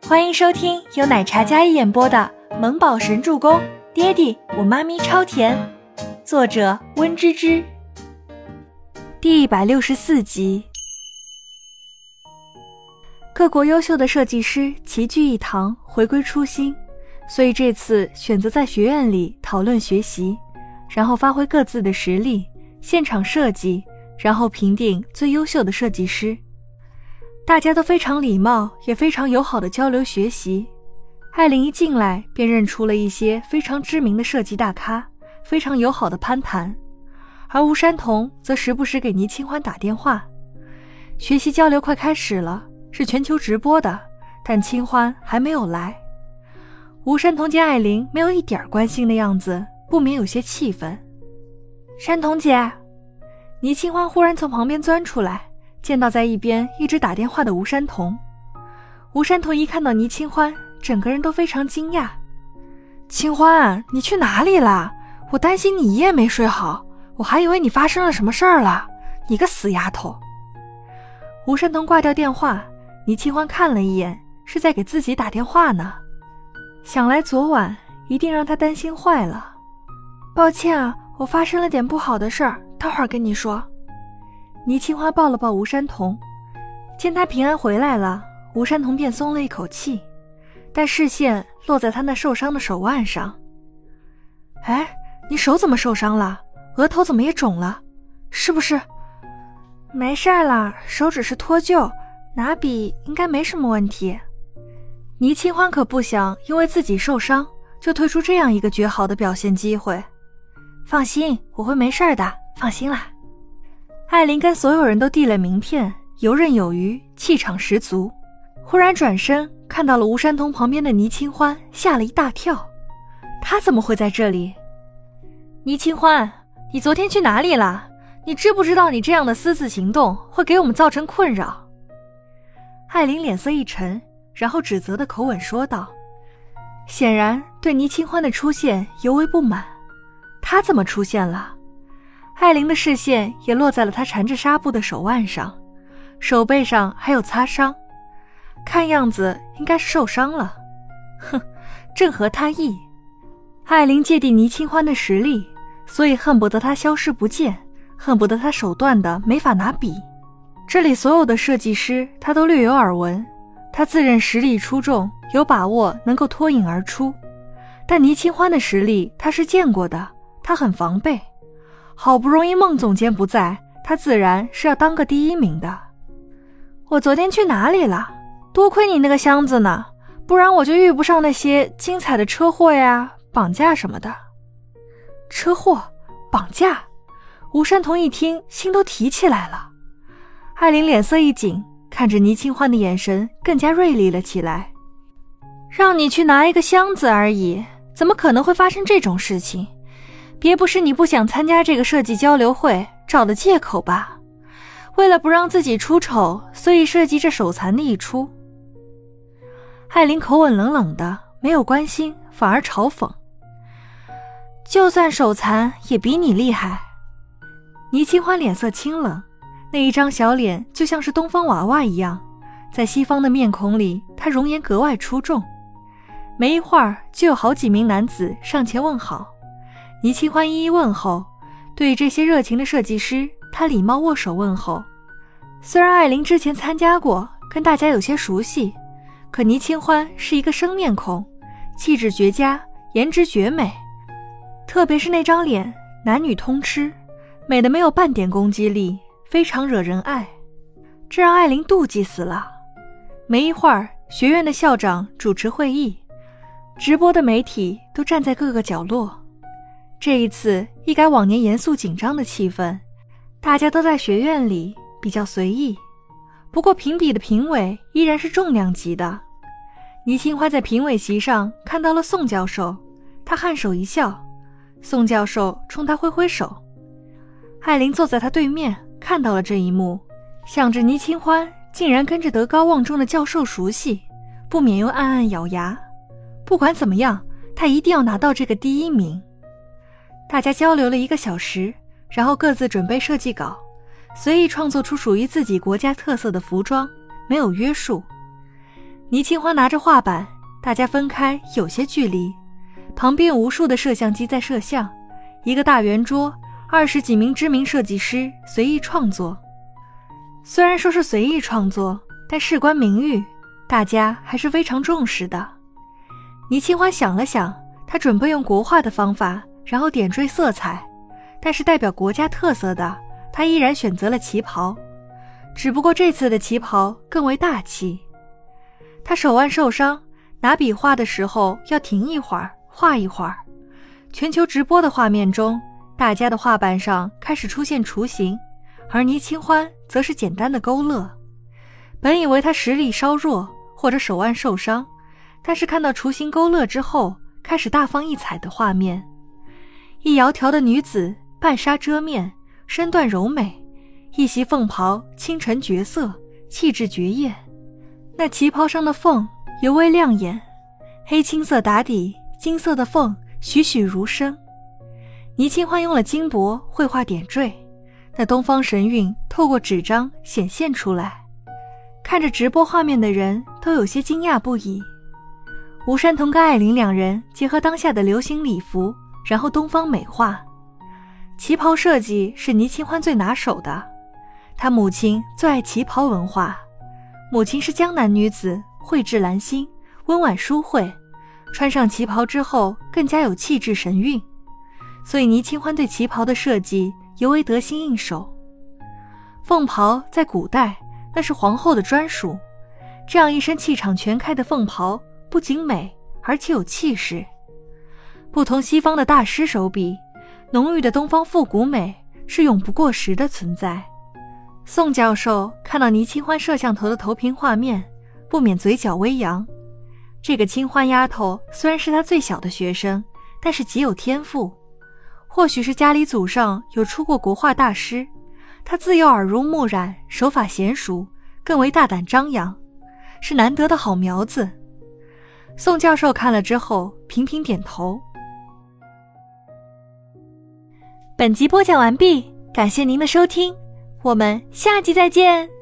欢迎收听由奶茶嘉一演播的《萌宝神助攻》，爹地我妈咪超甜，作者温芝芝。第164集。各国优秀的设计师齐聚一堂，回归初心，所以这次选择在学院里讨论学习，然后发挥各自的实力，现场设计，然后评定最优秀的设计师。大家都非常礼貌，也非常友好的交流学习。艾琳一进来便认出了一些非常知名的设计大咖，非常友好的攀谈。而吴山童则时不时给倪清欢打电话。学习交流快开始了，是全球直播的，但清欢还没有来。吴山童见艾琳没有一点关心的样子，不免有些气愤。山童姐，倪清欢忽然从旁边钻出来，见到在一边一直打电话的吴山童。吴山童一看到倪清欢，整个人都非常惊讶。清欢，你去哪里了？我担心你一夜没睡好，我还以为你发生了什么事儿了，你个死丫头。吴山童挂掉电话，倪清欢看了一眼，是在给自己打电话呢。想来昨晚一定让他担心坏了。抱歉啊，我发生了点不好的事儿，待会儿跟你说。倪清欢抱了抱吴山童，见他平安回来了，吴山童便松了一口气，但视线落在他那受伤的手腕上。哎，你手怎么受伤了？额头怎么也肿了？是不是？没事了，手只是脱臼，拿笔应该没什么问题。倪清欢可不想因为自己受伤就退出这样一个绝好的表现机会。放心，我会没事的，放心啦。艾琳跟所有人都递了名片，游刃有余，气场十足。忽然转身看到了吴山童旁边的倪清欢，吓了一大跳。他怎么会在这里？倪清欢，你昨天去哪里了？你知不知道你这样的私自行动会给我们造成困扰？艾琳脸色一沉，然后指责的口吻说道，显然对倪清欢的出现尤为不满。他怎么出现了？艾琳的视线也落在了他缠着纱布的手腕上，手背上还有擦伤，看样子应该是受伤了。哼，正合他意。艾琳芥蒂倪清欢的实力，所以恨不得他消失不见，恨不得他手段的没法拿笔。这里所有的设计师他都略有耳闻，他自认实力出众，有把握能够脱颖而出。但倪清欢的实力他是见过的，他很防备。好不容易孟总监不在，他自然是要当个第一名的。我昨天去哪里了？多亏你那个箱子呢，不然我就遇不上那些精彩的车祸呀、绑架什么的。车祸？绑架？吴山童一听，心都提起来了。艾琳脸色一紧，看着倪清欢的眼神更加锐利了起来。让你去拿一个箱子而已，怎么可能会发生这种事情？别不是你不想参加这个设计交流会找的借口吧？为了不让自己出丑，所以设计这手残的一出。艾琳口吻冷冷的，没有关心，反而嘲讽。就算手残也比你厉害。倪清欢脸色清冷，那一张小脸就像是东方娃娃一样，在西方的面孔里，她容颜格外出众。没一会儿就有好几名男子上前问好。倪清欢一一问候，对于这些热情的设计师，他礼貌握手问候。虽然艾琳之前参加过，跟大家有些熟悉，可倪清欢是一个生面孔，气质绝佳，颜值绝美，特别是那张脸，男女通吃，美得没有半点攻击力，非常惹人爱，这让艾琳妒忌死了。没一会儿，学院的校长主持会议，直播的媒体都站在各个角落。这一次一改往年严肃紧张的气氛，大家都在学院里比较随意。不过评比的评委依然是重量级的。倪清欢在评委席上看到了宋教授，他颔首一笑，宋教授冲他挥挥手。艾琳坐在他对面，看到了这一幕，想着倪清欢竟然跟着德高望重的教授熟悉，不免又暗暗咬牙。不管怎么样，他一定要拿到这个第一名。大家交流了1个小时，然后各自准备设计稿，随意创作出属于自己国家特色的服装，没有约束。 倪清欢拿着画板，大家分开有些距离，旁边有无数的摄像机在摄像，一个大圆桌，20几名知名设计师随意创作。虽然说是随意创作，但事关名誉，大家还是非常重视的。倪清欢想了想，他准备用国画的方法，然后点缀色彩，但是代表国家特色的，他依然选择了旗袍，只不过这次的旗袍更为大气。他手腕受伤，拿笔画的时候要停一会儿，画一会儿。全球直播的画面中，大家的画板上开始出现雏形，而倪清欢则是简单的勾勒。本以为他实力稍弱或者手腕受伤，但是看到雏形勾勒之后，开始大放异彩的画面。一窈窕的女子，半纱遮面，身段柔美，一袭凤袍，清晨绝色，气质绝艳。那旗袍上的凤尤为亮眼，黑青色打底，金色的凤栩栩如生。倪清欢用了金箔绘画点缀，那东方神韵透过纸张显现出来。看着直播画面的人都有些惊讶不已。吴山童跟艾琳两人结合当下的流行礼服，然后东方美化。旗袍设计是倪清欢最拿手的，她母亲最爱旗袍文化。母亲是江南女子，蕙质兰心，温婉淑慧，穿上旗袍之后更加有气质神韵，所以倪清欢对旗袍的设计尤为得心应手。凤袍在古代那是皇后的专属，这样一身气场全开的凤袍不仅美，而且有气势。不同西方的大师手笔，浓郁的东方复古美是永不过时的存在。宋教授看到倪清欢摄像头的投屏画面，不免嘴角微扬。这个清欢丫头虽然是他最小的学生，但是极有天赋。或许是家里祖上有出过国画大师，她自幼耳濡目染，手法娴熟，更为大胆张扬，是难得的好苗子。宋教授看了之后频频点头。本集播讲完毕，感谢您的收听，我们下集再见。